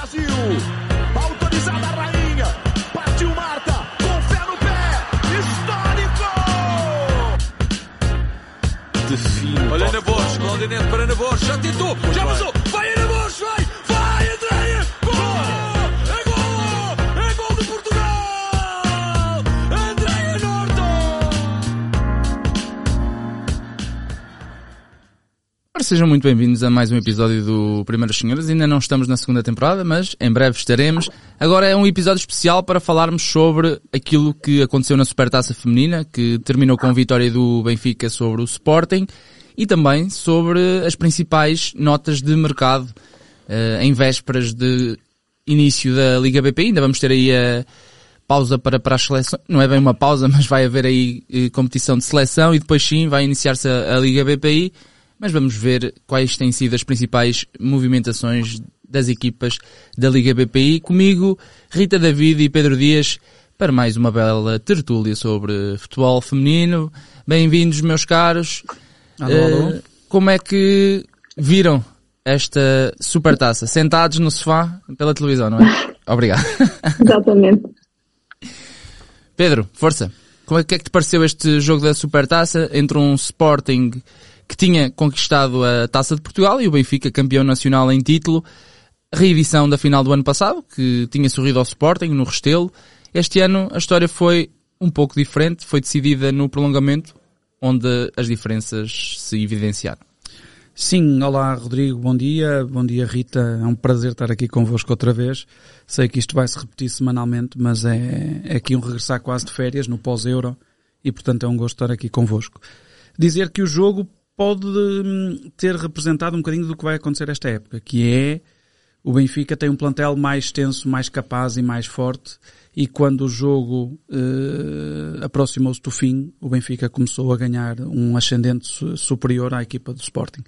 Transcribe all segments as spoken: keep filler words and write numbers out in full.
Brasil. Autorizada a rainha. Partiu Marta. Com fé no pé. Histórico. Define. Olha na Borges. Cláudia Neto para na Borges. Já tentou. Muito já passou. Vai na Borges. Vai. Vai, Andréia. Gol. É gol. É gol de Portugal. Andréia Norton. Sejam muito bem-vindos a mais um episódio do Primeiras Senhoras. Ainda não estamos na segunda temporada, mas em breve estaremos. Agora é um episódio especial para falarmos sobre aquilo que aconteceu na Supertaça Feminina, que terminou com a vitória do Benfica sobre o Sporting, e também sobre as principais notas de mercado uh, em vésperas de início da Liga B P I. Ainda vamos ter aí a pausa para, para as seleções. Não é bem uma pausa, mas vai haver aí uh, competição de seleção e depois sim vai iniciar-se a, a Liga B P I. Mas vamos ver quais têm sido as principais movimentações das equipas da Liga B P I. Comigo, Rita David e Pedro Dias, para mais uma bela tertúlia sobre futebol feminino. Bem-vindos, meus caros. Alô, alô. Uh, como é que viram esta supertaça? Sentados no sofá pela televisão, não é? Obrigado. Exatamente. Pedro, força. Como é que é que te pareceu este jogo da supertaça entre um Sporting que tinha conquistado a Taça de Portugal e o Benfica, campeão nacional em título, a reedição da final do ano passado, que tinha sorrido ao Sporting no Restelo? Este ano a história foi um pouco diferente, foi decidida no prolongamento, onde as diferenças se evidenciaram. Sim, olá Rodrigo, bom dia, bom dia Rita, é um prazer estar aqui convosco outra vez. Sei que isto vai se repetir semanalmente, mas é, é aqui um regressar quase de férias, no pós-Euro, e portanto é um gosto estar aqui convosco. Dizer que o jogo pode ter representado um bocadinho do que vai acontecer esta época, que é o Benfica tem um plantel mais extenso, mais capaz e mais forte, e quando o jogo eh, aproximou-se do fim, o Benfica começou a ganhar um ascendente superior à equipa do Sporting.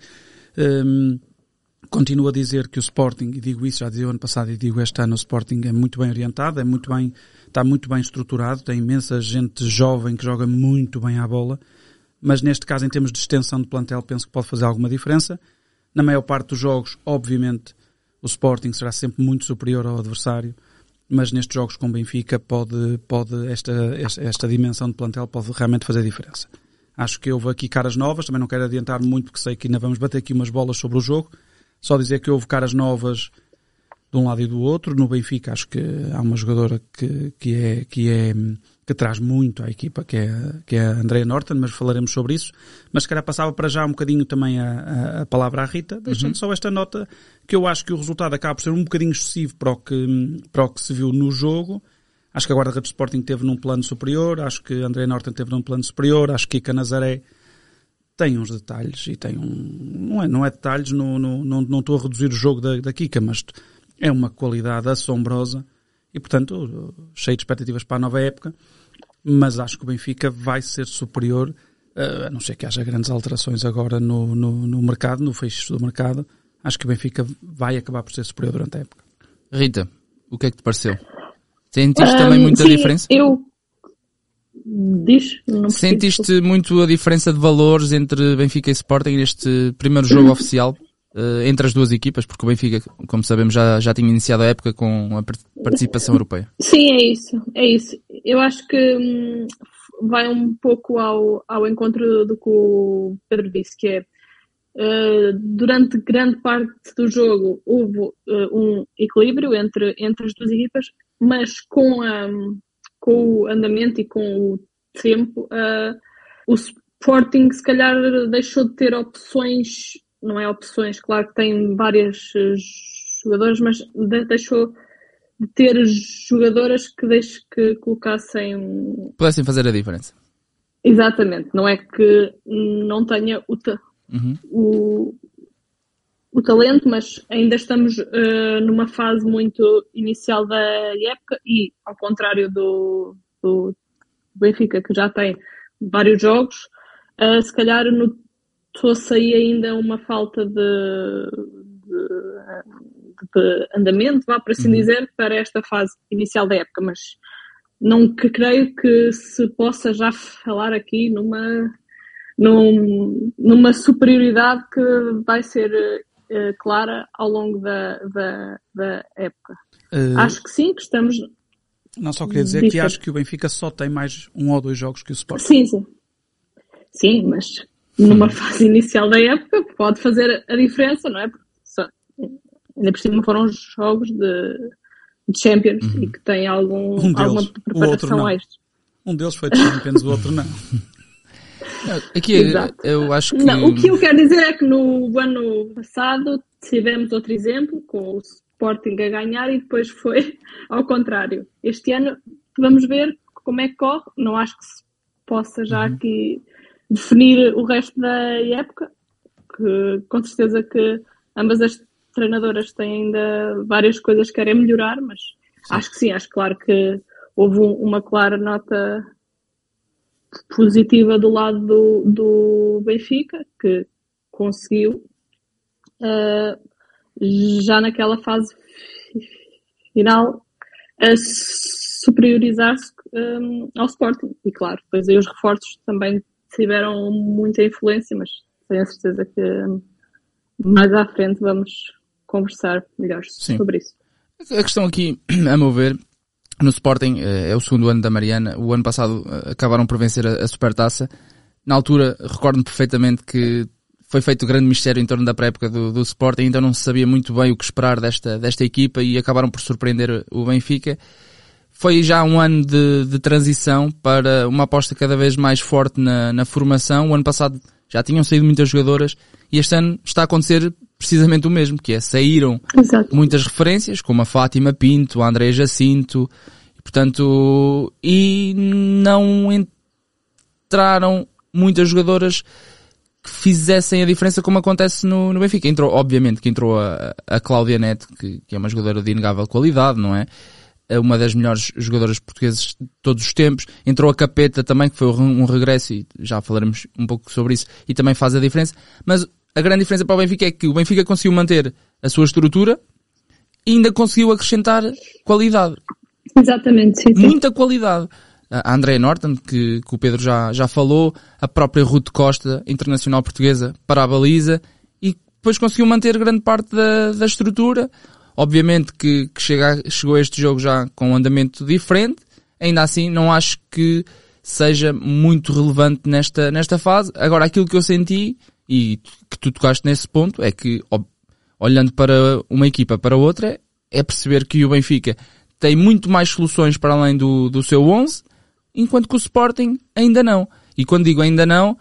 Um, continuo a dizer que o Sporting, e digo isso, já dizia o ano passado e digo este ano, o Sporting é muito bem orientado, é muito bem, está muito bem estruturado, tem imensa gente jovem que joga muito bem à bola, mas neste caso, em termos de extensão de plantel, penso que pode fazer alguma diferença. Na maior parte dos jogos, obviamente, o Sporting será sempre muito superior ao adversário, mas nestes jogos com o Benfica pode, pode esta, esta, esta dimensão de plantel pode realmente fazer diferença. Acho que houve aqui caras novas, também não quero adiantar muito porque sei que ainda vamos bater aqui umas bolas sobre o jogo, só dizer que houve caras novas de um lado e do outro. No Benfica acho que há uma jogadora que, que é, que é, que traz muito à equipa, que é, que é a Andréia Norton, mas falaremos sobre isso. Mas se calhar passava para já um bocadinho também a, a, a palavra à Rita, deixando uhum. só esta nota, que eu acho que o resultado acaba por ser um bocadinho excessivo para o que, para o que se viu no jogo. Acho que a guarda-redes Sporting teve num plano superior, acho que a Andréia Norton teve num plano superior, acho que Kika Nazaré tem uns detalhes e tem um... Não é, não é detalhes, não, não, não, não estou a reduzir o jogo da, da Kika, mas é uma qualidade assombrosa e, portanto, cheio de expectativas para a nova época, mas acho que o Benfica vai ser superior, a não ser que haja grandes alterações agora no, no, no mercado, no fecho do mercado. Acho que o Benfica vai acabar por ser superior durante a época. Rita, o que é que te pareceu? Sentiste um, também muita sim, diferença? Eu... Diz? Não Sentiste muito a diferença de valores entre Benfica e Sporting neste primeiro jogo oficial? Uh, entre as duas equipas, porque o Benfica, como sabemos, já, já tinha iniciado a época com a participação europeia. Sim, é isso, é isso. Eu acho que hum, vai um pouco ao, ao encontro do que o Pedro disse, que é uh, durante grande parte do jogo houve uh, um equilíbrio entre, entre as duas equipas, mas com, a, com o andamento e com o tempo, uh, o Sporting se calhar deixou de ter opções. Não é opções, claro que tem várias jogadoras, mas deixou de ter jogadoras que deixe que colocassem... Pudessem fazer a diferença. Exatamente. Não é que não tenha o, ta... uhum. o... o talento, mas ainda estamos uh, numa fase muito inicial da época e, ao contrário do, do Benfica, que já tem vários jogos, uh, se calhar no trouxe aí ainda uma falta de, de, de andamento, vá por assim uhum. dizer, para esta fase inicial da época, mas não que creio que se possa já falar aqui numa, num, numa superioridade que vai ser uh, clara ao longo da, da, da época. Uh, acho que sim, que estamos... Não, só queria dizer que acho que o Benfica só tem mais um ou dois jogos que o Sporting. Sim, sim. Sim, mas numa fase inicial da época pode fazer a diferença, não é? Porque só, ainda por cima foram jogos de, de Champions uhum. e que têm algum, um deles, alguma preparação extra. Um deles foi de Champions, o outro não. Aqui Exato. eu acho que... Não, o que eu quero dizer é que no ano passado tivemos outro exemplo com o Sporting a ganhar e depois foi ao contrário. Este ano vamos ver como é que corre. Não acho que se possa já uhum. aqui definir o resto da época, que com certeza que ambas as treinadoras têm ainda várias coisas que querem melhorar, mas sim. acho que sim, acho claro que houve um, uma clara nota positiva do lado do, do Benfica, que conseguiu uh, já naquela fase final a superiorizar-se um, ao Sporting. E claro, depois aí os reforços também tiveram muita influência, mas tenho a certeza que mais à frente vamos conversar melhor Sim. sobre isso. A questão aqui, a meu ver, no Sporting, é o segundo ano da Mariana. O ano passado acabaram por vencer a Supertaça. Na altura, recordo-me perfeitamente que foi feito grande mistério em torno da pré-época do, do Sporting, então não se sabia muito bem o que esperar desta, desta equipa e acabaram por surpreender o Benfica. Foi já um ano de, de transição para uma aposta cada vez mais forte na, na formação. O ano passado já tinham saído muitas jogadoras e este ano está a acontecer precisamente o mesmo, que é saíram Exato. muitas referências, como a Fátima Pinto, a Andréa Jacinto, e, portanto, e não entraram muitas jogadoras que fizessem a diferença como acontece no, no Benfica. Entrou, obviamente, que entrou a, a Cláudia Neto, que, que é uma jogadora de inegável qualidade, não é? Uma das melhores jogadoras portuguesas de todos os tempos. Entrou a Capeta também, que foi um regresso, e já falaremos um pouco sobre isso, e também faz a diferença. Mas a grande diferença para o Benfica é que o Benfica conseguiu manter a sua estrutura e ainda conseguiu acrescentar qualidade. Exatamente, sim, sim. Muita qualidade. A Andrea Norton, que, que o Pedro já, já falou, a própria Ruth Costa, internacional portuguesa, para a baliza, e depois conseguiu manter grande parte da, da estrutura. Obviamente que, que chega, chegou a este jogo já com um andamento diferente, ainda assim não acho que seja muito relevante nesta, nesta fase. Agora, aquilo que eu senti, e que tu tocaste nesse ponto, é que, ó, olhando para uma equipa para outra, é perceber que o Benfica tem muito mais soluções para além do, do seu onze, enquanto que o Sporting ainda não. E quando digo ainda não,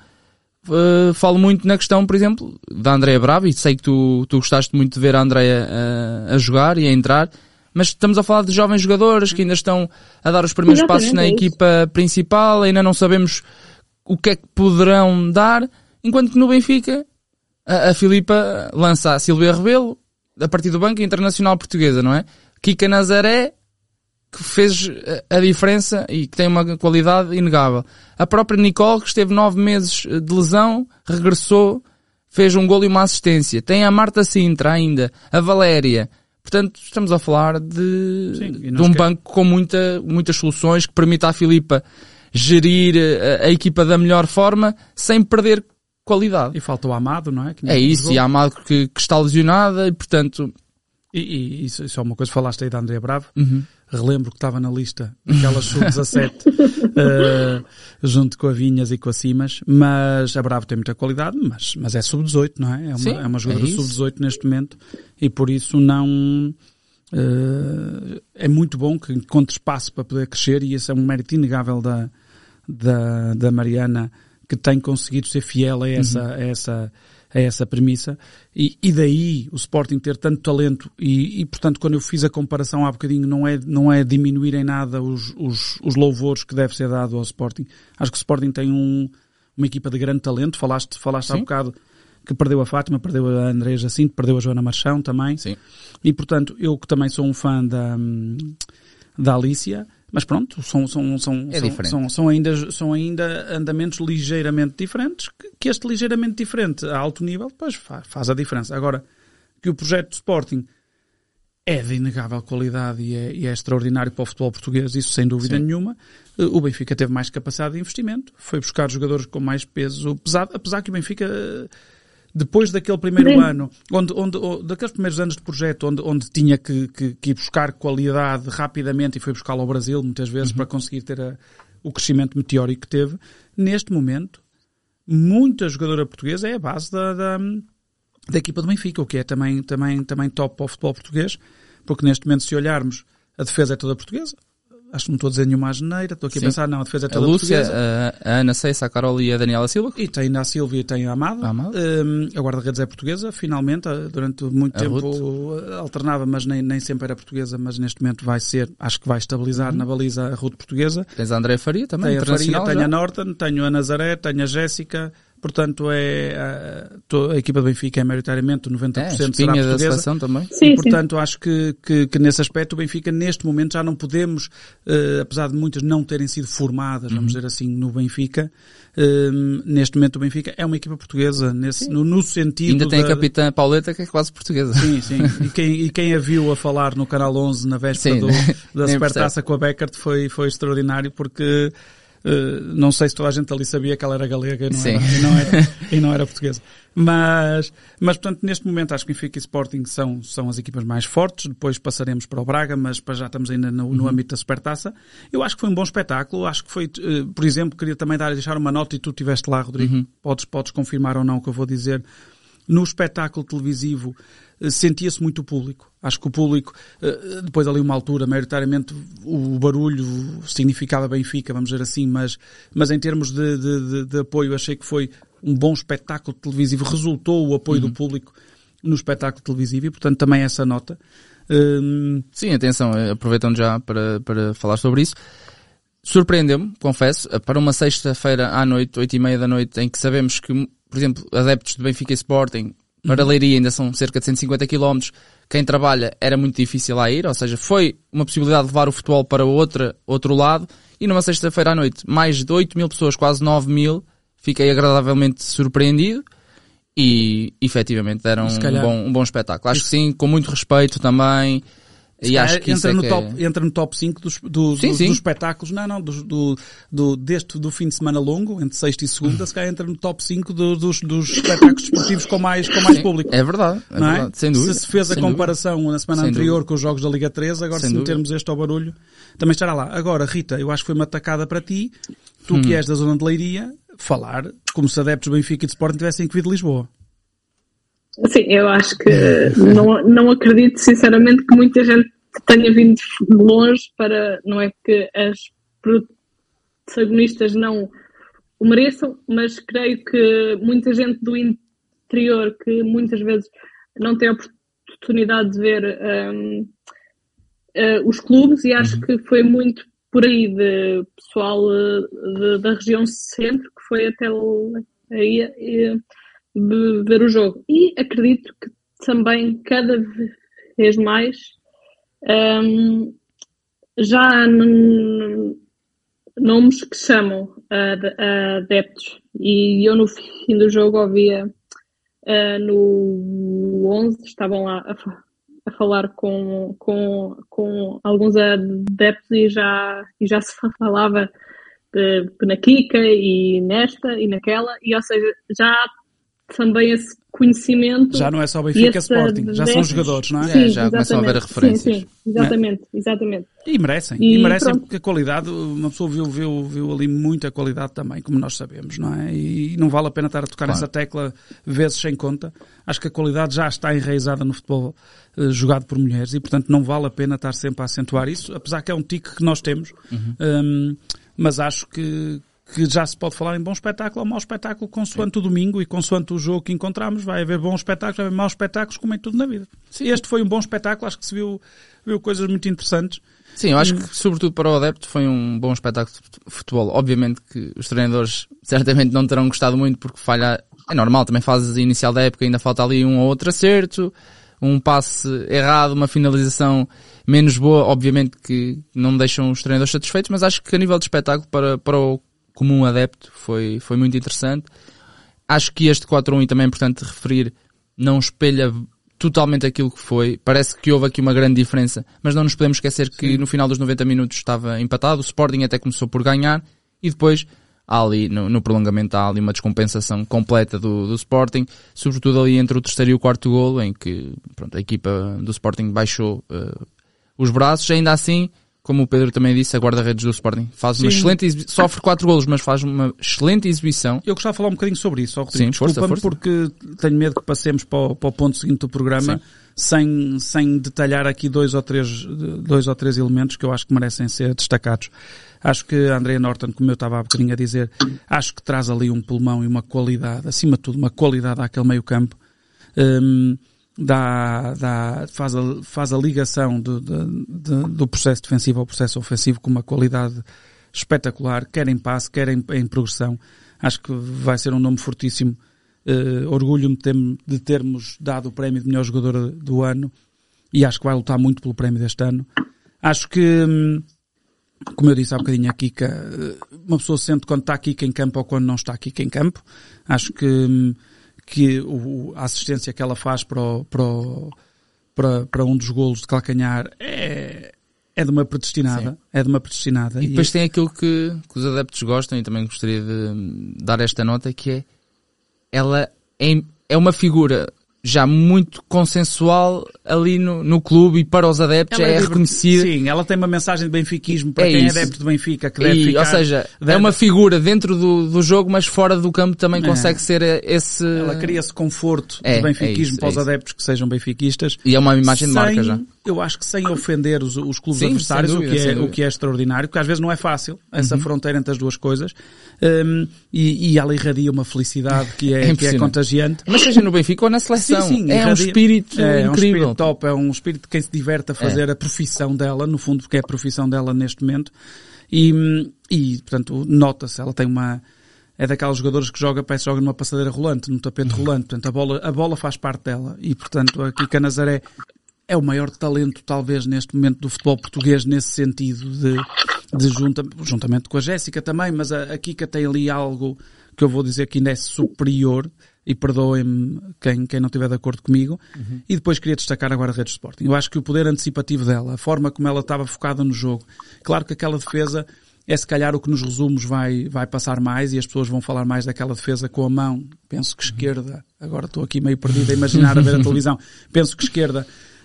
uh, falo muito na questão, por exemplo, da Andrea Bravo, e sei que tu, tu gostaste muito de ver a Andrea uh, a jogar e a entrar, mas estamos a falar de jovens jogadoras que ainda estão a dar os primeiros Exatamente, passos na é equipa principal, ainda não sabemos o que é que poderão dar, enquanto que no Benfica a, a Filipa lança a Silvia Rebelo a partir do banco, internacional portuguesa, não é? Kika Nazaré, que fez a diferença e que tem uma qualidade inegável. A própria Nicole, que esteve nove meses de lesão, regressou, fez um golo e uma assistência. Tem a Marta Sintra ainda, a Valéria. Portanto, estamos a falar de, Sim, de um banco com muita, muitas soluções que permite à Filipa gerir a, a equipa da melhor forma sem perder qualidade. E falta o Amado, não é? Que é isso, e a Amado que, que está lesionada e, portanto... E, e isso, isso é uma coisa, falaste aí da Andrea Bravo. Uhum. Relembro que estava na lista daquelas sub dezassete uh, junto com a Vinhas e com a Simas, mas a Bravo tem muita qualidade, mas, mas é sub dezoito, não é? É uma, Sim, é uma jogadora é sub dezoito neste momento e por isso não uh, é muito bom que encontre espaço para poder crescer e esse é um mérito inegável da, da, da Mariana, que tem conseguido ser fiel a essa, uhum. a essa a essa premissa, e, e daí o Sporting ter tanto talento, e, e portanto quando eu fiz a comparação há bocadinho não é, não é diminuir em nada os, os, os louvores que deve ser dado ao Sporting. Acho que o Sporting tem um, uma equipa de grande talento, falaste, falaste há bocado que perdeu a Fátima, perdeu a Andréa Jacinto, perdeu a Joana Marchão também, Sim. e portanto eu que também sou um fã da, da Alicia, mas pronto, são, são, são, é são, são, são, ainda, são ainda andamentos ligeiramente diferentes, que, que este ligeiramente diferente a alto nível depois faz, faz a diferença. Agora, que o projeto de Sporting é de inegável qualidade e é, e é extraordinário para o futebol português, isso sem dúvida Sim. nenhuma. O Benfica teve mais capacidade de investimento, foi buscar jogadores com mais peso pesado, apesar que o Benfica depois daquele primeiro Sim. ano, onde, onde, onde, daqueles primeiros anos de projeto, onde, onde tinha que, que, que ir buscar qualidade rapidamente e foi buscá-lo ao Brasil, muitas vezes, uhum. para conseguir ter a, o crescimento meteórico que teve, neste momento, muita jogadora portuguesa é a base da, da, da equipa do Benfica, o que é também, também, também top para o futebol português, porque neste momento, se olharmos, a defesa é toda portuguesa. Acho que não estou a dizer nenhuma asneira, estou aqui Sim. a pensar, não, a defesa é toda a Lúcia, portuguesa. A, a Ana Seissa, a Carol e a Daniela Silva. E tem a Silvia e tem a Amada. A, Amada. Um, a guarda-redes é portuguesa, finalmente, durante muito a tempo Ruth. alternava, mas nem, nem sempre era portuguesa, mas neste momento vai ser, acho que vai estabilizar uhum. na baliza a Ruth portuguesa. Tens a Andréa Faria também, tem internacional. A Faria, tenho a Norton, tenho a Nazaré, tenho a Jéssica. Portanto, é, a, a equipa do Benfica é maioritariamente noventa por cento é, será portuguesa. Da seleção também. Sim, e, portanto, sim. acho que, que, que nesse aspecto o Benfica, neste momento, já não podemos, uh, apesar de muitas não terem sido formadas, vamos uhum. dizer assim, no Benfica, uh, neste momento o Benfica é uma equipa portuguesa, nesse, no, no sentido... Ainda tem da... a capitã Pauleta, que é quase portuguesa. Sim, sim. E quem, e quem a viu a falar no Canal onze, na véspera sim, do, da Supertaça com a Beckert, foi, foi extraordinário, porque... Uh, não sei se toda a gente ali sabia que ela era galega e não, era, e não, era, e não era portuguesa. Mas, mas, portanto, neste momento acho que Benfica e Sporting são, são as equipas mais fortes. Depois passaremos para o Braga, mas para já estamos ainda no, no uhum. âmbito da Supertaça. Eu acho que foi um bom espetáculo. Acho que foi, uh, por exemplo, queria também dar, deixar uma nota, e tu estiveste lá, Rodrigo. Uhum. Podes, podes confirmar ou não o que eu vou dizer. No espetáculo televisivo sentia-se muito o público. Acho que o público, depois ali uma altura, maioritariamente o barulho significava Benfica, vamos dizer assim, mas, mas em termos de, de, de, de apoio achei que foi um bom espetáculo televisivo. Resultou o apoio uhum. do público no espetáculo televisivo e, portanto, também essa nota. Um... Sim, atenção, aproveitando já para, para falar sobre isso. Surpreendeu-me, confesso, para uma sexta-feira à noite, oito e meia da noite, em que sabemos que, por exemplo, adeptos de Benfica e Sporting, para uhum. Leiria ainda são cerca de cento e cinquenta quilómetros, quem trabalha era muito difícil lá ir, ou seja, foi uma possibilidade de levar o futebol para outra, outro lado, e numa sexta-feira à noite, mais de oito mil pessoas, quase nove mil, fiquei agradavelmente surpreendido, e efetivamente deram um bom, um bom espetáculo. Acho isso. que sim, com muito respeito também. E acho que entra, isso no é top, que é... entra no top cinco dos, do, sim, dos, sim. dos espetáculos, não, não, do, do, do, deste, do fim de semana longo, entre sexta e segunda, se calhar entra no top cinco do, dos, dos espetáculos esportivos com mais, com mais sim, público. É verdade, é não verdade, é? sem dúvida. Se se fez sem a comparação dúvida. na semana sem anterior dúvida. com os jogos da Liga três, agora sem se dúvida. metermos este ao barulho, também estará lá. Agora, Rita, eu acho que foi uma tacada para ti, tu hum. que és da zona de Leiria, falar como se adeptos do Benfica e de Sporting tivessem que vir de Lisboa. Sim, eu acho que não, não acredito sinceramente que muita gente tenha vindo de longe para, não é que as protagonistas não o mereçam, mas creio que muita gente do interior que muitas vezes não tem a oportunidade de ver um, uh, os clubes, e acho que foi muito por aí de pessoal de, da região centro que foi até aí uh, ver o jogo, e acredito que também cada vez mais Um, já há n- nomes que chamam uh, a adeptos, e eu no fim do jogo ouvia uh, no onze, estavam lá a, fa- a falar com, com, com alguns adeptos, e já, e já se falava de, de na Kika e nesta e naquela, e ou seja, já há também esse conhecimento. Já não é só Benfica e Sporting, já são jogadores, não é? Sim, é já começam a haver referências. Sim, sim, exatamente, é? exatamente. E merecem, e, e merecem pronto. Porque a qualidade, uma pessoa viu, viu, viu ali muita qualidade também, como nós sabemos, não é? E não vale a pena estar a tocar claro. Nessa tecla vezes sem conta. Acho que a qualidade já está enraizada no futebol uh, jogado por mulheres, e portanto não vale a pena estar sempre a acentuar isso, apesar que é um tique que nós temos, uhum. um, mas acho que que já se pode falar em bom espetáculo ou mau espetáculo consoante o domingo e consoante o jogo que encontramos. Vai haver bons espetáculos, vai haver maus espetáculos, como em tudo na vida. Sim. Este foi um bom espetáculo, acho que se viu, viu coisas muito interessantes. Sim, eu acho que sobretudo para o adepto foi um bom espetáculo de futebol. Obviamente que os treinadores certamente não terão gostado muito, porque falha, é normal, também fazes inicial da época, ainda falta ali um ou outro acerto, um passe errado, uma finalização menos boa, obviamente que não deixam os treinadores satisfeitos, mas acho que a nível de espetáculo para, para o comum adepto foi, foi muito interessante. Acho que este quatro a um, e também é importante referir, não espelha totalmente aquilo que foi. Parece que houve aqui uma grande diferença, mas não nos podemos esquecer que Sim. no final dos noventa minutos estava empatado, o Sporting até começou por ganhar, e depois, há ali, no, no prolongamento, há ali uma descompensação completa do, do Sporting, sobretudo ali entre o terceiro e o quarto golo, em que pronto, a equipa do Sporting baixou uh, os braços. Ainda assim, como o Pedro também disse, a guarda-redes do Sporting faz uma Sim. excelente exibição, sofre quatro golos, mas faz uma excelente exibição. Eu gostava de falar um bocadinho sobre isso, Rodrigo. Sim, força, força. Porque tenho medo que passemos para o, para o ponto seguinte do programa sem, sem detalhar aqui dois ou, três, dois ou três elementos que eu acho que merecem ser destacados. Acho que a Andrea Norton, como eu estava há bocadinho a dizer, acho que traz ali um pulmão e uma qualidade, acima de tudo, uma qualidade àquele meio campo. Um, dá, dá, faz, a, faz a ligação do, do, do, do processo defensivo ao processo ofensivo com uma qualidade espetacular, quer em passe, quer em, em progressão. Acho que vai ser um nome fortíssimo. Uh, orgulho-me de, ter, de termos dado o prémio de melhor jogador do ano e acho que vai lutar muito pelo prémio deste ano. Acho que... Hum, como eu disse há bocadinho, a Kika, uma pessoa sente quando está a Kika em campo ou quando não está a Kika em campo. Acho que, que o, a assistência que ela faz para, o, para, o, para, para um dos golos de calcanhar é, é de uma predestinada. Sim. É de uma predestinada. E depois e... tem aquilo que, que os adeptos gostam, e também gostaria de dar esta nota, que é, ela é, é uma figura já muito consensual ali no, no clube e para os adeptos, ela é, é reconhecida. Sim, ela tem uma mensagem de benfiquismo para é quem isso. é adepto de Benfica, que deve e, ficar... Ou seja, deve... é uma figura dentro do, do jogo, mas fora do campo também é. consegue ser esse... Ela cria-se conforto é, de benfiquismo é isso, para os é adeptos que sejam benfiquistas. E é uma imagem sem, de marca já. Eu acho que sem ofender os, os clubes Sim, adversários, dúvida, o, que é, o que é extraordinário, porque às vezes não é fácil essa uhum. fronteira entre as duas coisas. Um, e, e ela irradia uma felicidade que é, é, que é contagiante. Mas seja no Benfica ou na seleção. Sim, sim, é irradia, um espírito é, incrível. É um espírito top, é um espírito de quem se diverte a fazer é. a profissão dela, no fundo, porque é a profissão dela neste momento. E, e portanto, nota-se, ela tem uma... É daquelas jogadoras que joga, parece que joga numa passadeira rolante, num tapete rolante. Portanto, a bola, a bola faz parte dela. E, portanto, a Kika Nazaré é o maior talento, talvez, neste momento do futebol português, nesse sentido de, de junta, juntamente com a Jéssica também, mas a, a Kika tem ali algo que eu vou dizer que ainda é superior, e perdoem-me quem, quem não estiver de acordo comigo. Uhum. E depois queria destacar agora a Redes Sporting. Eu acho que o poder antecipativo dela, a forma como ela estava focada no jogo, claro que aquela defesa é se calhar o que nos resumos vai, vai passar mais e as pessoas vão falar mais daquela defesa com a mão, penso que esquerda, agora estou aqui meio perdido a imaginar a ver a televisão, penso que esquerda,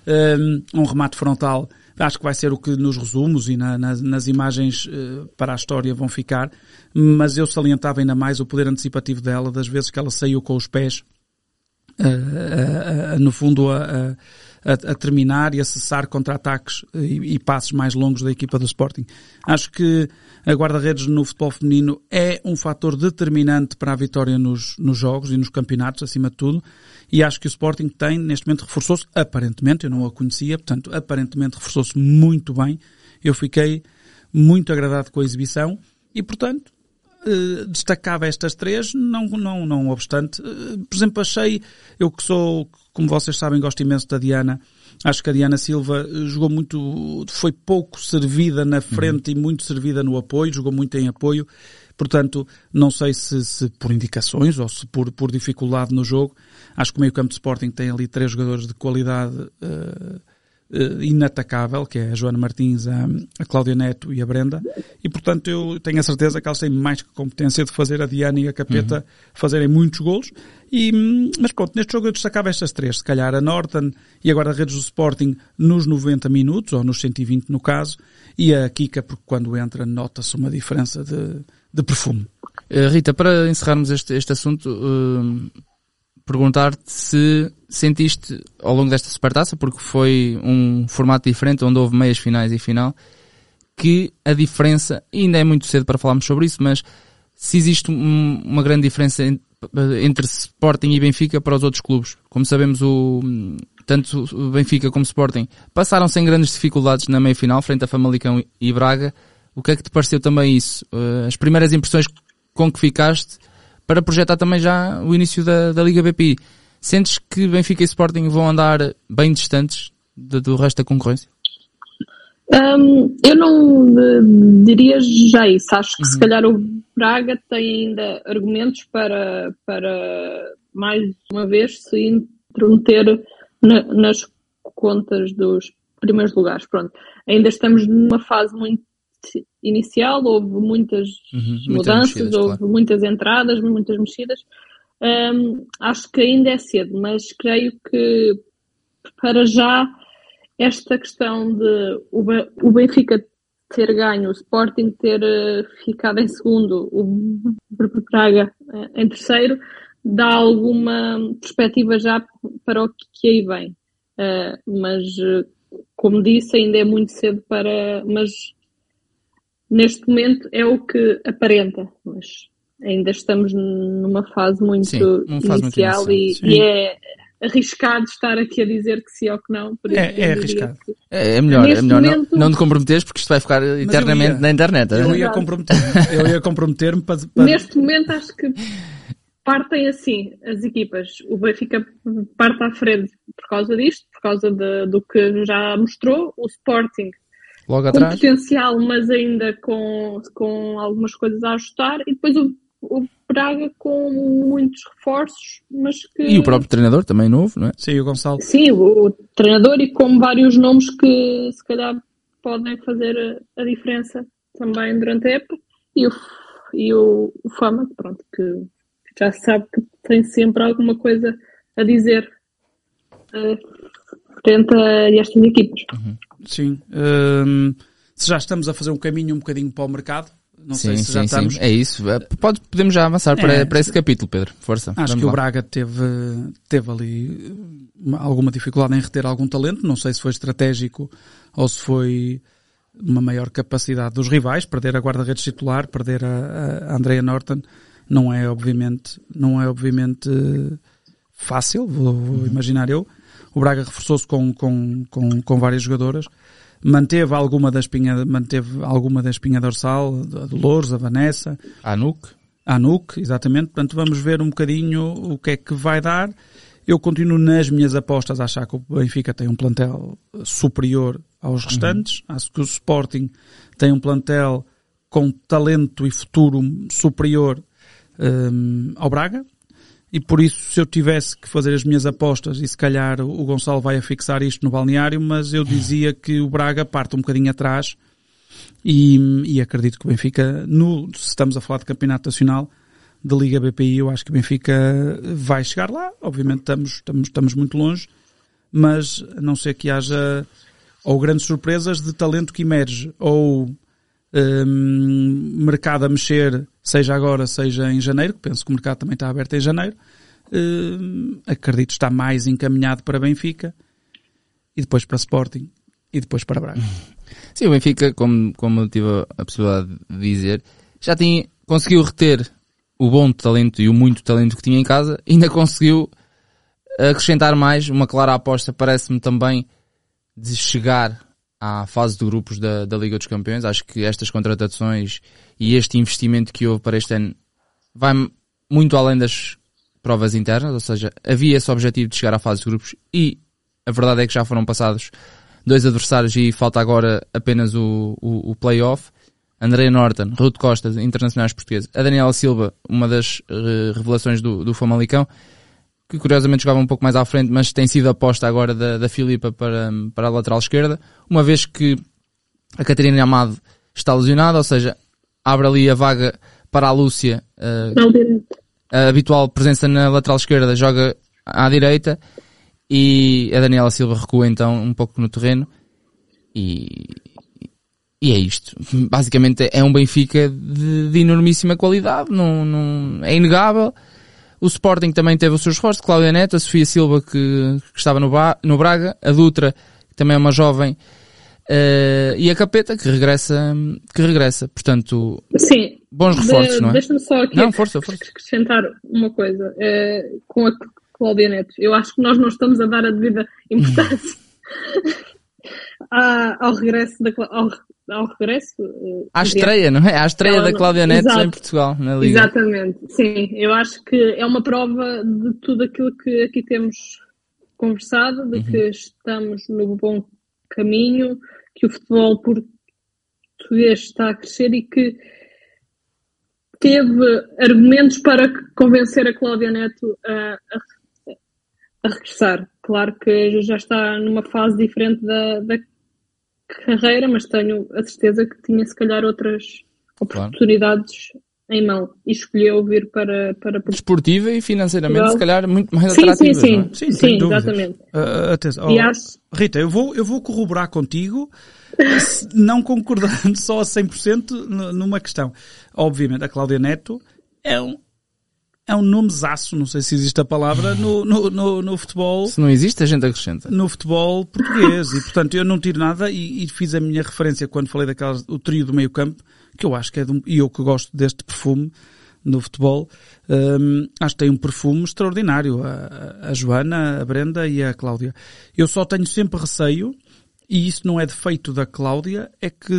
um, um remate frontal, acho que vai ser o que nos resumos e na, nas, nas imagens uh, para a história vão ficar, mas eu salientava ainda mais o poder antecipativo dela, das vezes que ela saiu com os pés, uh, uh, uh, no fundo a, a, a terminar e a cessar contra-ataques e, e passos mais longos da equipa do Sporting. Acho que a guarda-redes no futebol feminino é um fator determinante para a vitória nos, nos jogos e nos campeonatos, acima de tudo, e acho que o Sporting tem, neste momento, reforçou-se, aparentemente, eu não a conhecia, portanto, aparentemente reforçou-se muito bem. Eu fiquei muito agradado com a exibição e, portanto, eh, destacava estas três, não, não, não obstante. Eh, por exemplo, achei, eu que sou, como vocês sabem, gosto imenso da Diana, acho que a Diana Silva jogou muito, foi pouco servida na frente uhum. e muito servida no apoio, jogou muito em apoio. Portanto, não sei se, se por indicações ou se por, por dificuldade no jogo. Acho que o meio campo de Sporting tem ali três jogadores de qualidade uh, uh, inatacável, que é a Joana Martins, a, a Cláudia Neto e a Brenda. E, portanto, eu tenho a certeza que elas têm mais que competência de fazer a Diana e a Capeta uhum. fazerem muitos golos. E, mas pronto, neste jogo eu destacava estas três. Se calhar a Norton e agora a Redes do Sporting nos noventa minutos, ou nos cento e vinte no caso, e a Kika, porque quando entra nota-se uma diferença de... de perfume. Uh, Rita, para encerrarmos este, este assunto, uh, perguntar-te se sentiste ao longo desta supertaça, porque foi um formato diferente, onde houve meias finais e final, que a diferença, ainda é muito cedo para falarmos sobre isso, mas se existe um, uma grande diferença entre, entre Sporting e Benfica para os outros clubes. Como sabemos, o, tanto o Benfica como o Sporting passaram sem grandes dificuldades na meia final, frente a Famalicão e Braga. O que é que te pareceu também isso? Uh, as primeiras impressões com que ficaste para projetar também já o início da, da Liga B P I. Sentes que Benfica e Sporting vão andar bem distantes de, do resto da concorrência? Um, eu não uh, diria já isso. Acho que uhum. se calhar o Braga tem ainda argumentos para, para mais uma vez se intrometer na, nas contas dos primeiros lugares. Pronto. Ainda estamos numa fase muito inicial, houve muitas Uhum, muitas mudanças, mexidas, houve claro. muitas entradas, muitas mexidas. Um, acho que ainda é cedo, mas creio que para já esta questão de o Benfica ter ganho, o Sporting ter uh, ficado em segundo, o Braga uh, em terceiro, dá alguma perspectiva já para o que aí vem. Uh, mas, uh, como disse, ainda é muito cedo para... Mas neste momento é o que aparenta. Mas ainda estamos numa fase muito Sim, uma fase inicial muito e, Sim. e é arriscado estar aqui a dizer que sim ou que não. Por isso É, é eu diria arriscado. que- É, é melhor, é Neste melhor momento- não, não te comprometeres porque isto vai ficar eternamente ia. na internet. Eu é? ia Exato. comprometer-me, eu ia comprometer-me para, para... Neste momento acho que partem assim as equipas. O Benfica parte à frente por causa disto, por causa de- do que já mostrou. O Sporting Logo com atrás. potencial, mas ainda com, com algumas coisas a ajustar. E depois o, o Braga com muitos reforços, mas que... E o próprio treinador também novo, não é? Sim, o Gonçalo. Sim, o, o treinador e com vários nomes que se calhar podem fazer a, a diferença também durante a época. E o, e o, o Fama, que pronto, que já se sabe que tem sempre alguma coisa a dizer uh, frente a estas equipas. Sim. Hum, se já estamos a fazer um caminho um bocadinho para o mercado, não sim, sei se sim, já sim. estamos. É isso. É, Pode, podemos já avançar É. para, para esse capítulo, Pedro. Força. Acho Vamos que o lá. Braga teve, teve ali uma- alguma dificuldade em reter algum talento. Não sei se foi estratégico ou se foi uma maior capacidade dos rivais. Perder a guarda-redes titular, perder a, a Andrea Norton, não é obviamente, não é obviamente eh, fácil, vou, vou imaginar eu. O Braga reforçou-se com, com, com, com várias jogadoras. Manteve alguma da espinha, manteve alguma da espinha dorsal, a Dolores, a Vanessa, A Nuke. a Nuke, exatamente. Portanto, vamos ver um bocadinho o que é que vai dar. Eu continuo nas minhas apostas a achar que o Benfica tem um plantel superior aos restantes. Uhum. Acho que o Sporting tem um plantel com talento e futuro superior um, ao Braga. E por isso, se eu tivesse que fazer as minhas apostas, e se calhar o Gonçalo vai afixar isto no balneário, mas eu dizia que o Braga parte um bocadinho atrás e, e acredito que o Benfica, no, se estamos a falar de campeonato nacional, de Liga B P I, eu acho que o Benfica vai chegar lá. Obviamente estamos, estamos, estamos muito longe, mas a não ser que haja ou grandes surpresas de talento que emerge, ou um, mercado a mexer, seja agora, seja em janeiro, que penso que o mercado também está aberto em janeiro, um, acredito que está mais encaminhado para Benfica, e depois para Sporting, e depois para Braga. Sim, o Benfica, como, como eu tive a possibilidade de dizer, já tinha, conseguiu reter o bom talento e o muito talento que tinha em casa, e ainda conseguiu acrescentar mais. Uma clara aposta parece-me também de chegar à fase de grupos da, da Liga dos Campeões. Acho que estas contratações e este investimento que houve para este ano vai muito além das provas internas, ou seja, havia esse objetivo de chegar à fase de grupos e a verdade é que já foram passados dois adversários e falta agora apenas o, o, o play-off. Andrea Norton, Ruth Costa, internacionais portugueses, a Daniela Silva, uma das uh, revelações do, do Famalicão, que curiosamente jogava um pouco mais à frente, mas tem sido aposta agora da, da Filipa para, para a lateral esquerda, uma vez que a Catarina Amado está lesionada, ou seja, abre ali a vaga para a Lúcia, uh, a habitual presença na lateral esquerda, joga à direita, e a Daniela Silva recua então um pouco no terreno, e, e é isto. Basicamente é um Benfica de, de enormíssima qualidade, não, não, é inegável. O Sporting também teve os seus reforços, Cláudia Neto, a Sofia Silva, que, que estava no, ba, no Braga, a Dutra, que também é uma jovem, uh, e a Capeta, que regressa, que regressa. Portanto, sim, bons reforços, de, não é? Deixa-me só aqui não, força, força. acrescentar uma coisa. Uh, com a Cláudia Neto, eu acho que nós não estamos a dar a devida importância à, ao regresso da ao, ao regresso à estreia, não é? À estreia Ela da Cláudia Neto exato, em Portugal, na Liga. Exatamente, sim. Eu acho que é uma prova de tudo aquilo que aqui temos conversado, de uhum. que estamos no bom caminho, que o futebol português está a crescer e que teve argumentos para convencer a Cláudia Neto a, a, a regressar. Claro que já está numa fase diferente da, da carreira, mas tenho a certeza que tinha se calhar outras oportunidades claro. em mão e escolheu vir para... para Desportiva e financeiramente Portugal. Se calhar muito mais sim, atrativas, sim, sim. não é? Sim, sim, sim exatamente. Uh, atenção. E Oh, acho... Rita, eu vou, eu vou corroborar contigo, não concordando só a cem por cento numa questão. Obviamente, a Cláudia Neto é um, é um nomezaço, não sei se existe a palavra, no, no, no, no futebol. Se não existe, a gente acrescenta. No futebol português. E, portanto, eu não tiro nada e, e fiz a minha referência quando falei daquelas, o trio do meio campo, que eu acho que é de um, e eu que gosto deste perfume no futebol, um, acho que tem um perfume extraordinário. A, a Joana, a Brenda e a Cláudia. Eu só tenho sempre receio, e isso não é defeito da Cláudia, é que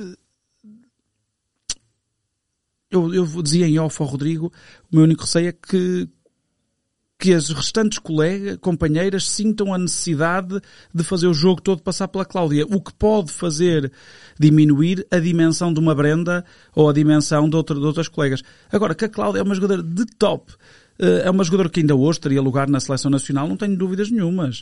eu, eu dizia em off ao Rodrigo, o meu único receio é que que as restantes colegas, companheiras sintam a necessidade de fazer o jogo todo passar pela Cláudia, o que pode fazer diminuir a dimensão de uma Brenda ou a dimensão de, outra, de outras colegas. Agora, que a Cláudia é uma jogadora de top, é uma jogadora que ainda hoje teria lugar na seleção nacional, não tenho dúvidas nenhumas.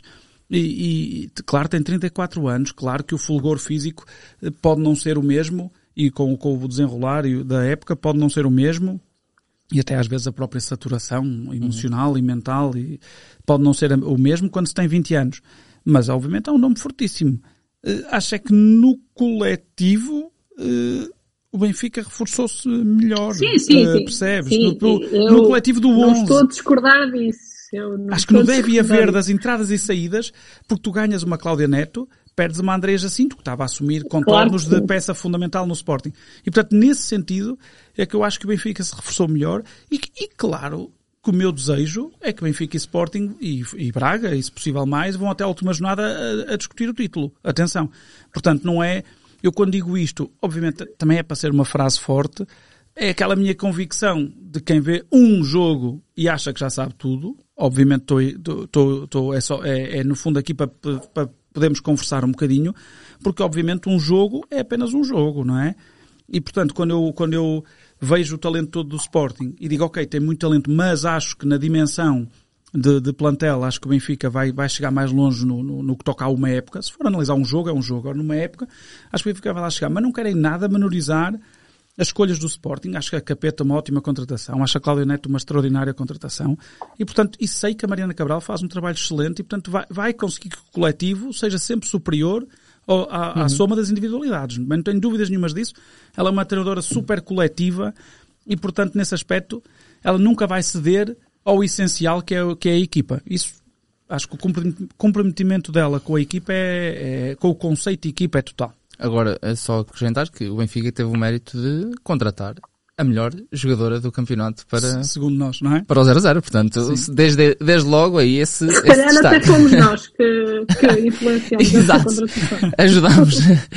E, e claro, tem trinta e quatro anos, claro que o fulgor físico pode não ser o mesmo, e com, com o desenrolar da época pode não ser o mesmo, e até às vezes a própria saturação emocional uhum. e mental e pode não ser o mesmo quando se tem vinte anos. Mas, obviamente, é um nome fortíssimo. Uh, acho é que no coletivo uh, o Benfica reforçou-se melhor. Sim, sim, uh, sim. Percebes? Sim, no, eu no coletivo do não onze. Estou a discordar disso. Eu não acho que não deve haver disso. das entradas e saídas, porque tu ganhas uma Cláudia Neto, perdes uma Andrea Jacinto, que estava a assumir contornos claro de peça fundamental no Sporting. E, portanto, nesse sentido, é que eu acho que o Benfica se reforçou melhor. E, e claro, que o meu desejo é que Benfica e Sporting e, e Braga, e se possível mais, vão até a última jornada a, a discutir o título. Atenção. Portanto, não é... Eu quando digo isto, obviamente, também é para ser uma frase forte, é aquela minha convicção de quem vê um jogo e acha que já sabe tudo. Obviamente, estou, estou, estou, é, só, é, é no fundo aqui para... para podemos conversar um bocadinho, porque obviamente um jogo é apenas um jogo, não é? E portanto, quando eu, quando eu vejo o talento todo do Sporting e digo, ok, tem muito talento, mas acho que na dimensão de, de plantel, acho que o Benfica vai, vai chegar mais longe no, no, no que toca a uma época. Se for analisar um jogo, é um jogo. Agora, numa época, acho que o Benfica vai lá chegar. Mas não querem nada menorizar as escolhas do Sporting. Acho que a Capeta é uma ótima contratação. Acho a Cláudia Neto uma extraordinária contratação. E, portanto, e sei que a Mariana Cabral faz um trabalho excelente e, portanto, vai, vai conseguir que o coletivo seja sempre superior ao, à, à uhum. soma das individualidades. Mas não tenho dúvidas nenhumas disso. Ela é uma treinadora super coletiva e, portanto, nesse aspecto, ela nunca vai ceder ao essencial que é, que é a equipa. Isso, acho que o comprometimento dela com a equipa é, é com o conceito de equipa é total. Agora, é só acrescentar que o Benfica teve o mérito de contratar a melhor jogadora do campeonato para... Segundo nós, não é? Para o zero a zero. Portanto, desde, desde logo aí esse, Se esse calhar destaque. até fomos nós que, que influenciamos essa contratação. Ajudámos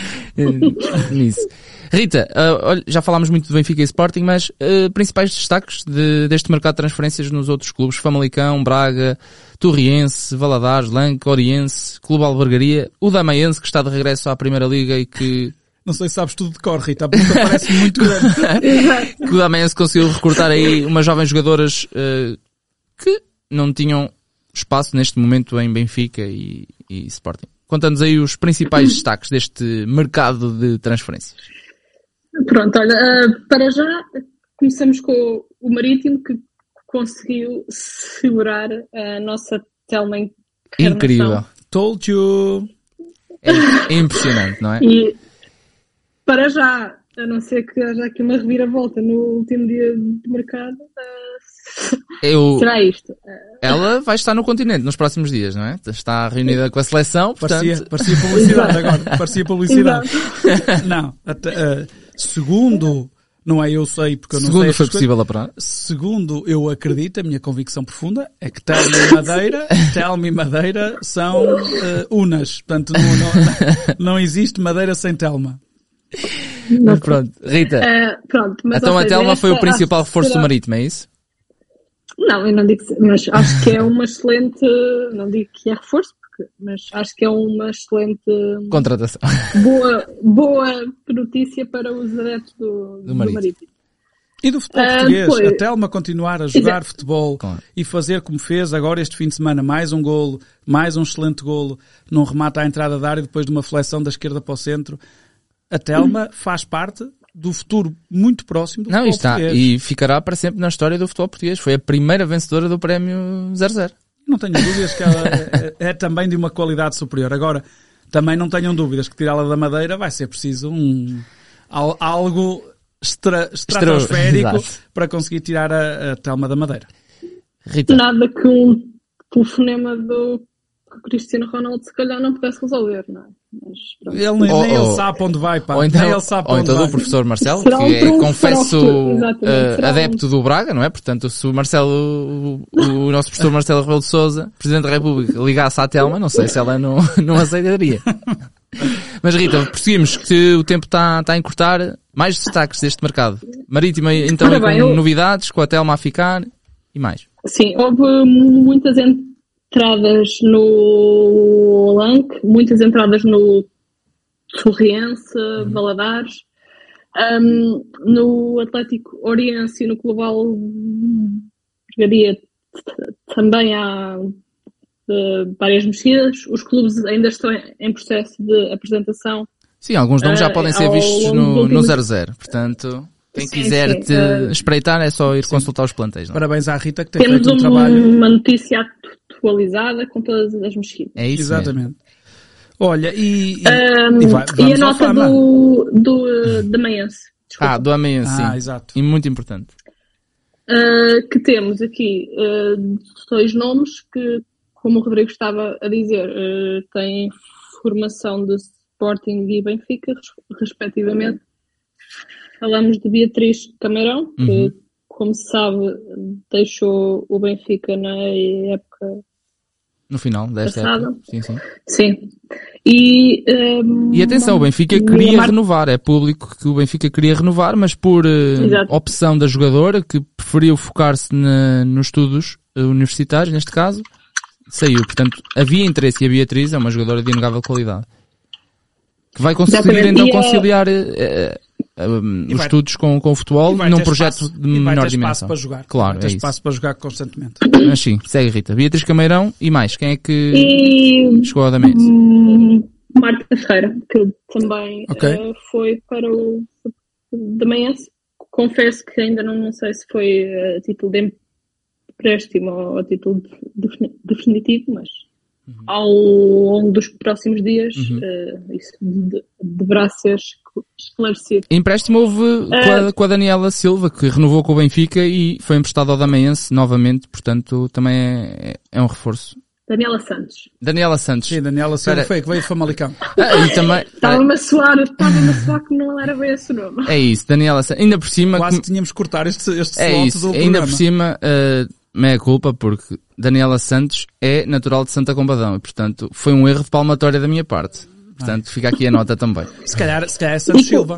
nisso. Rita, uh, olha, já falámos muito do Benfica e Sporting, mas uh, principais destaques de, deste mercado de transferências nos outros clubes? Famalicão, Braga, Torriense, Valadares, Lanque, Oriense, Clube Albergaria, o Damaense, que está de regresso à Primeira Liga e que... Não sei se sabes tudo de cor, Rita, a pergunta parece muito grande. Que o Damaense conseguiu recrutar aí umas jovens jogadoras uh, que não tinham espaço neste momento em Benfica e, e Sporting. Conta-nos aí os principais destaques deste mercado de transferências. Pronto, olha, uh, para já começamos com o Marítimo, que conseguiu segurar a nossa Telma Encarnação. Incrível. Told you. É, é impressionante, não é? E para já, a não ser que haja aqui uma reviravolta no último dia de mercado, uh, Eu, será isto. Ela vai estar no continente nos próximos dias, não é? Está reunida com a seleção, portanto... Parecia, parecia publicidade agora. Parecia publicidade. Não, até, uh, segundo, não é eu sei, porque eu não segundo sei... foi possível apurar. Segundo eu acredito, a minha convicção profunda é que Telma e Madeira, Telma e Madeira são uh, unas. Portanto, não, não, não existe Madeira sem Telma. Mas pronto, Rita. Uh, pronto, mas então a Telma foi o principal reforço será... do Marítimo, é isso? Não, eu não digo que, mas acho que é uma excelente, não digo que é reforço, porque, mas acho que é uma excelente contratação. Boa, boa notícia para os adeptos do, do, Marítimo. do Marítimo. E do futebol Ah, português, depois- a Telma continuar a jogar Exato. futebol Claro. e fazer como fez agora este fim de semana, mais um golo, mais um excelente golo num remate à entrada da área depois de uma flexião da esquerda para o centro. A Telma faz parte do futuro muito próximo do Não, futebol e está, português. e ficará para sempre na história do futebol português. Foi a primeira vencedora do prémio zero zero. Não tenho dúvidas que ela é, é também de uma qualidade superior. Agora, também não tenham dúvidas que tirá-la da Madeira vai ser preciso um, al- algo estra, estratosférico Exato. para conseguir tirar a, a Telma da Madeira. Rita, Nada que um telefonema do Cristiano Ronaldo se calhar não pudesse resolver, não é? Mas, pronto. Ele nem, Ou- nem ou- ele sabe onde vai, pá. ou então, nem ele sabe ou onde então vai. do professor Marcelo, Será um que é, trunfo confesso, para o futuro, exatamente. eh, Será um- adepto do Braga, não é? Portanto, se o Marcelo, o, o nosso professor Marcelo Rebelo de Sousa, Presidente da República, ligasse à Telma, não sei se ela não, não aceitaria. Mas Rita, prosseguimos, que o tempo está tá a encurtar. Mais destaques deste mercado. Marítima, então, Ora com bem, eu- novidades, com a Telma a ficar e mais. Sim, houve muitas entradas no Alanque, muitas entradas no Torriense, Valadares, um, no Atlético Oriense e no Global Brigaria t- também há uh, várias mexidas. Os clubes ainda estão em processo de apresentação. Sim, alguns nomes já Eh, podem ser ao vistos longo no, dos no últimos- zero zero. Portanto, quem Sim, quiser sim, te eh, espreitar é só ir consultar os plantéis. Não? é? Parabéns à Rita que tem Temos feito um um- trabalho. uma notícia atualizada com todas as mexidas. É isso mesmo. Exatamente. Olha, e, e, Um, e vai- e a vamos à nota fama. do, do uh, da Maiense, desculpa, Ah, do Amanhã, sim. Ah, exato. E muito importante. Uh, que temos aqui uh, dois nomes que, como o Rodrigo estava a dizer, uh, têm formação de Sporting e Benfica, res- respectivamente. Falamos de Beatriz Camarão, que, Uhum. como se sabe, deixou o Benfica na época. No final desta Passada. época. Sim, sim. Sim. E, um, E atenção, o Benfica minha queria mar- renovar. É público que o Benfica queria renovar, mas por eh, Exato. opção da jogadora, que preferiu focar-se na- nos estudos eh, universitários, neste caso, saiu. Portanto, havia interesse e a Beatriz é uma jogadora de inegável qualidade. Que vai conseguir Exatamente. então E a- conciliar eh, eh, eh, E os vai- estudos com, com o futebol E vai num ter projeto espaço- de e vai menor ter espaço dimensão. para jogar. Claro, vai ter é isso. espaço para jogar constantemente. Mas sim, segue Rita. Beatriz Cameirão e mais. Quem é que E chegou ao da mesa? hum, Marta Ferreira, que também Ok. eh, foi para o da manhã. Confesso que ainda não, não sei se foi a título de empréstimo ou a título de- defini- definitivo, mas ao longo dos próximos dias eh, isso de- deverá ser escl- esclarecido. Empréstimo houve com, a, com a Daniela Silva, que renovou com o Benfica e foi emprestado ao Damaense novamente, portanto também é, é um reforço. Daniela Santos. Daniela Santos. Sim, Daniela Silva Espera. foi a que veio de Famalicão. Ah, e também, Estava-me a soar, estava-me a soar que não era bem esse o nome. é isso, Daniela Santos. Ainda por cima, Quase como- que tínhamos que cortar este, este é slot isso, do ainda programa. por cima, uh, meia culpa, porque Daniela Santos é natural de Santa Combadão e, portanto, foi um erro de palmatória da minha parte. Portanto, fica aqui a nota também. Se calhar, se calhar é Santos Silva.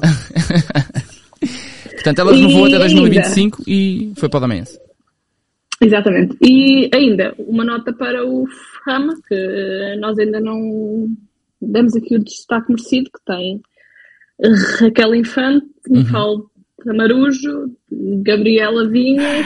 Portanto, ela E renovou até dois mil e vinte e ainda? cinco e foi para o Damaense. Exatamente. E ainda uma nota para o Fama, que eh, nós ainda não demos aqui o destaque merecido, que tem Raquel Infante, Mafalda Marujo, Gabriela Vinhas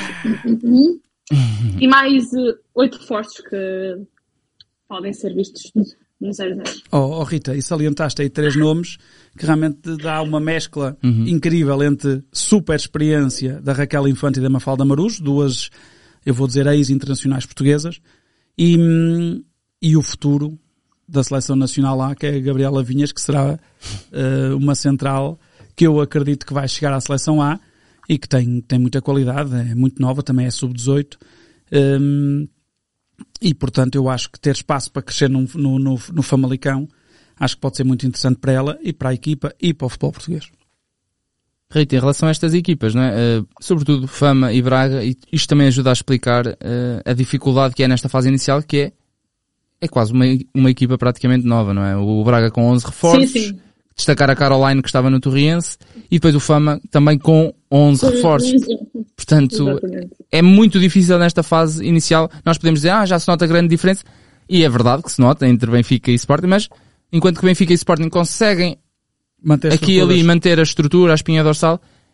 e mais eh, oito reforços que podem ser vistos no zero zero. Oh, oh, Rita, e salientaste aí três nomes que realmente dá uma mescla incrível entre super experiência da Raquel Infante e da Mafalda Marujo, duas, eu vou dizer, ex-internacionais portuguesas, e, hum, e o futuro da seleção nacional lá, que é a Gabriela Vinhas, que será eh, uma central que eu acredito que vai chegar à seleção A e que tem, tem muita qualidade, é muito nova, também é sub dezoito. Hum, E, portanto, eu acho que ter espaço para crescer no, no, no, no Famalicão, acho que pode ser muito interessante para ela e para a equipa e para o futebol português. Rita, em relação a estas equipas, não é? Uh, sobretudo Fama e Braga, e isto também ajuda a explicar uh, a dificuldade que é nesta fase inicial, que é, é quase uma, uma equipa praticamente nova, não é? O Braga com onze reforços, Sim, sim. destacar a Caroline que estava no Torriense, e depois o Fama também com onze reforços. Portanto, Exatamente. é muito difícil nesta fase inicial. Nós podemos dizer, ah, já se nota grande diferença. E é verdade que se nota entre Benfica e Sporting, mas enquanto que Benfica e Sporting conseguem Manter aqui e ali manter a estrutura, a espinha dorsal,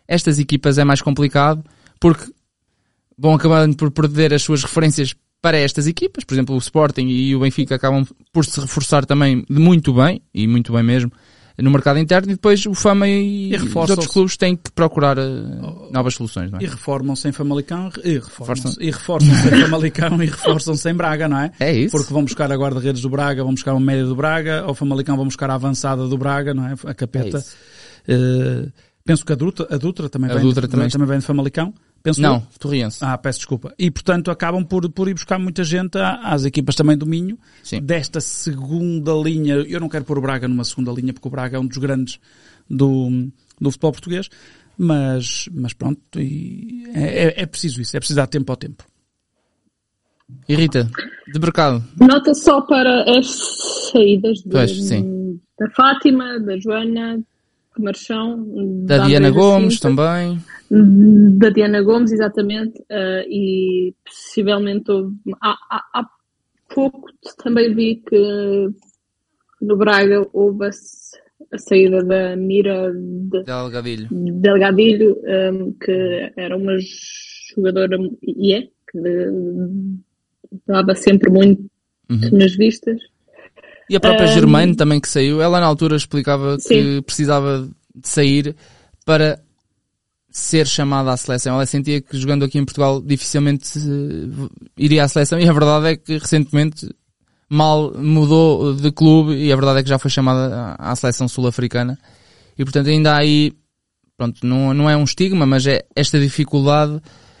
estas equipas é mais complicado porque vão acabando por perder as suas referências para estas equipas. Por exemplo, o Sporting e o Benfica acabam por se reforçar também muito bem, e muito bem mesmo, no mercado interno, e depois o Fama e, e os outros clubes têm que procurar uh, novas soluções, não é? E reformam-se em Famalicão e reforçam-se e reforçam-se em Famalicão e reforçam-se em Braga, não é? É isso. Porque vão buscar a guarda-redes do Braga, vão buscar uma média do Braga, ao Famalicão vão buscar a avançada do Braga, não é? A capeta. É uh, penso que a Dutra, a Dutra também, a vem, Dutra de, também... também vem de Famalicão. Penso não, eu? Torriense. Ah, peço desculpa. E, portanto, acabam por, por ir buscar muita gente às equipas também do Minho. Sim. Desta segunda linha. Eu não quero pôr o Braga numa segunda linha, porque o Braga é um dos grandes do, do futebol português. Mas, mas pronto, e é, é preciso isso. É preciso dar tempo ao tempo. E Rita, de mercado? Nota só para as saídas de, pois, sim. da Fátima, da Joana, do Marchão, da, da Diana Gomes Cinta, também. Da Diana Gomes, exatamente, uh, e possivelmente houve, há, há, há pouco também vi que no Braga houve a, a saída da Mira de, Delgadilho, Delgadilho um, que era uma jogadora, e é, que dava sempre muito uhum. nas vistas. E a própria um, Germaine também que saiu, ela na altura explicava sim. que precisava de sair para ser chamada à seleção. Ela sentia que jogando aqui em Portugal dificilmente iria à seleção, e a verdade é que recentemente mal mudou de clube e a verdade é que já foi chamada à seleção sul-africana. E portanto ainda há aí, pronto, não, não é um estigma, mas é esta dificuldade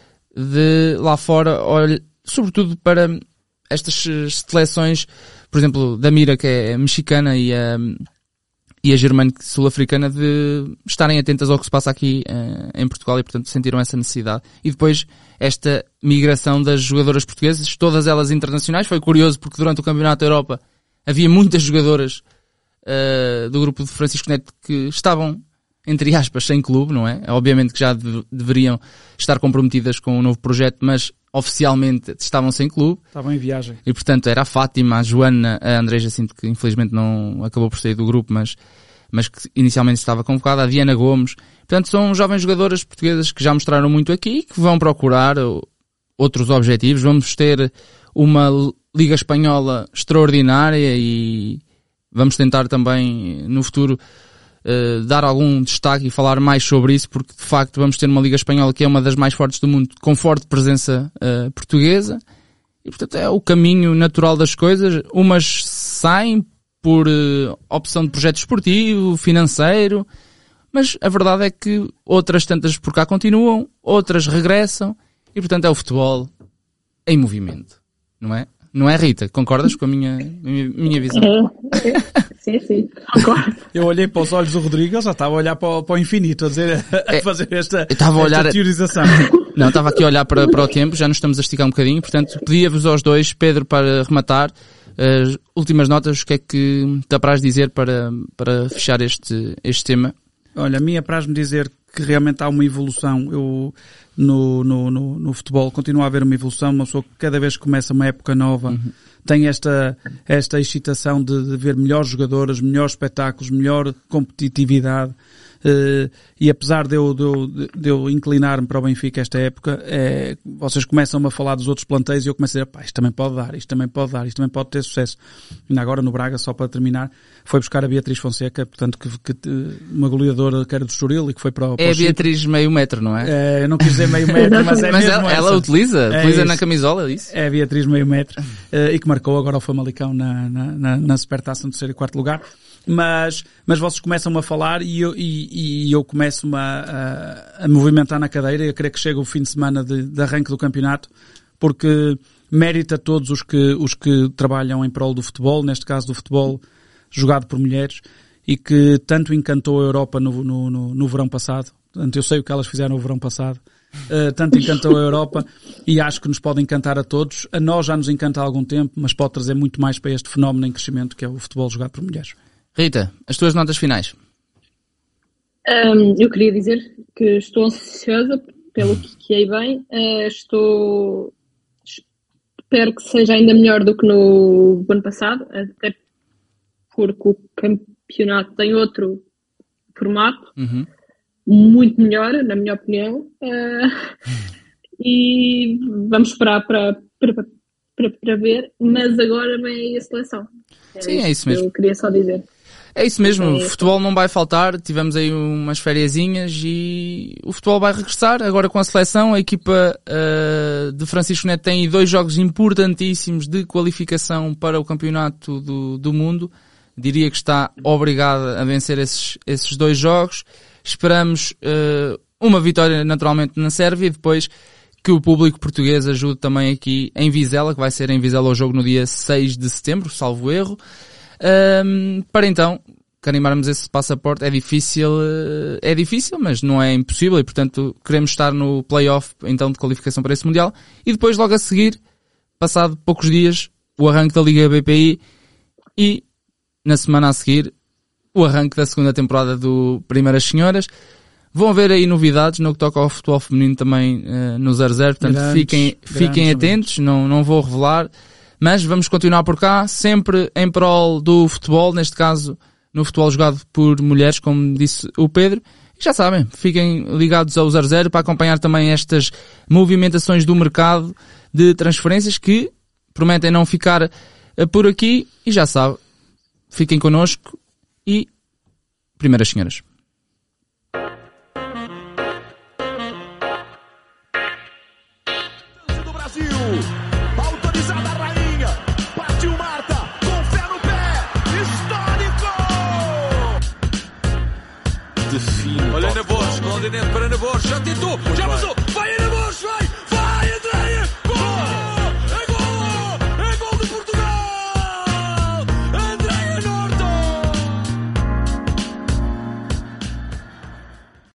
de lá fora, olha, sobretudo para estas seleções, por exemplo, da Mira, que é mexicana, e a, e a Germaine sul-africana, de estarem atentas ao que se passa aqui uh, em Portugal, e portanto sentiram essa necessidade. E depois esta migração das jogadoras portuguesas, todas elas internacionais. Foi curioso porque durante o Campeonato da Europa havia muitas jogadoras uh, do grupo de Francisco Neto que estavam, entre aspas, sem clube, não é? Obviamente que já de- deveriam estar comprometidas com um novo projeto, mas oficialmente estavam sem clube. Estavam em viagem. E portanto era a Fátima, a Joana, a André Jacinto, que infelizmente não acabou por sair do grupo, mas, mas que inicialmente estava convocada, a Diana Gomes. Portanto são jovens jogadoras portuguesas que já mostraram muito aqui, que vão procurar outros objetivos. Vamos ter uma Liga Espanhola extraordinária e vamos tentar também no futuro Uh, dar algum destaque e falar mais sobre isso, porque de facto vamos ter uma Liga Espanhola que é uma das mais fortes do mundo, com forte presença uh, portuguesa, e portanto é o caminho natural das coisas. Umas saem por uh, opção de projeto esportivo, financeiro, mas a verdade é que outras tantas por cá continuam, outras regressam, e portanto é o futebol em movimento, não é? Não é, Rita? Concordas com a minha, minha, minha visão? É, é, sim, sim, concordo. Eu olhei para os olhos do Rodrigo, ele já estava a olhar para o, para o infinito, a, dizer, a fazer esta, esta a olhar, teorização. Não, estava aqui a olhar para, para o tempo, já nos estamos a esticar um bocadinho, portanto, pedia-vos aos dois, Pedro, para rematar, as últimas notas, o que é que te apraz dizer para, para fechar este, este tema? Olha, a mim apraz-me dizer que realmente há uma evolução. Eu, no, no, no, no futebol, continua a haver uma evolução. Uma pessoa que cada vez que começa uma época nova uhum. tem esta, esta excitação de, de ver melhores jogadoras, melhores espetáculos, melhor competitividade. Uh, e apesar de eu, de eu, de eu inclinar-me para o Benfica esta época, é, vocês começam a falar dos outros planteios e eu começo a dizer, pá, isto também pode dar, isto também pode dar, isto também pode ter sucesso. E agora no Braga, só para terminar, foi buscar a Beatriz Fonseca, portanto, que, que, uma goleadora que era do Estoril e que foi para o... Para é a Beatriz meio metro, não é? é? Eu não quis dizer meio metro, mas é mas mesmo ela, essa. ela utiliza, é utiliza isso. Na camisola, é isso? É a Beatriz meio metro, uh, e que marcou agora o Famalicão na, na, na, na Supertaça no terceiro e quarto lugar. Mas, mas vocês começam a falar e eu, e, e eu começo-me a, a, a movimentar na cadeira e a querer que chegue o fim de semana de, de arranque do campeonato, porque mérito a todos os que, os que trabalham em prol do futebol, neste caso do futebol jogado por mulheres, e que tanto encantou a Europa no, no, no, no verão passado. Portanto, eu sei o que elas fizeram no verão passado. Uh, tanto encantou a Europa e acho que nos pode encantar a todos. A nós já nos encanta há algum tempo, mas pode trazer muito mais para este fenómeno em crescimento que é o futebol jogado por mulheres. Rita, as tuas notas finais. Um, eu queria dizer que estou ansiosa pelo que aí vem. Uh, estou... Espero que seja ainda melhor do que no ano passado, até porque o campeonato tem outro formato. Uhum. muito melhor, na minha opinião, uh, e vamos esperar para, para, para, para ver, mas agora vem aí a seleção. Era Sim, é isso mesmo. Eu queria só dizer. É isso mesmo, o futebol não vai faltar, tivemos aí umas fériasinhas e o futebol vai regressar agora com a seleção. A equipa uh, de Francisco Neto tem dois jogos importantíssimos de qualificação para o campeonato do, do mundo. Diria que está obrigada a vencer esses, esses dois jogos. Esperamos uh, uma vitória naturalmente na Sérvia e depois que o público português ajude também aqui em Vizela, que vai ser em Vizela o jogo no dia seis de setembro, salvo erro. Um, para então carimbarmos esse passaporte. É difícil, é difícil, mas não é impossível e portanto queremos estar no play-off então de qualificação para esse Mundial e depois logo a seguir, passado poucos dias, o arranque da Liga B P I e na semana a seguir o arranque da segunda temporada do Primeiras Senhoras. Vão haver aí novidades no que toca ao futebol feminino também uh, no zero zero, portanto grandes, fiquem, fiquem atentos, não, não vou revelar. Mas vamos continuar por cá, sempre em prol do futebol, neste caso no futebol jogado por mulheres, como disse o Pedro. E já sabem, fiquem ligados ao zero zero para acompanhar também estas movimentações do mercado de transferências que prometem não ficar por aqui. E já sabem, fiquem connosco e Primeiras Senhoras. Olha na Borges, Claudinete para na Borges, já tentou,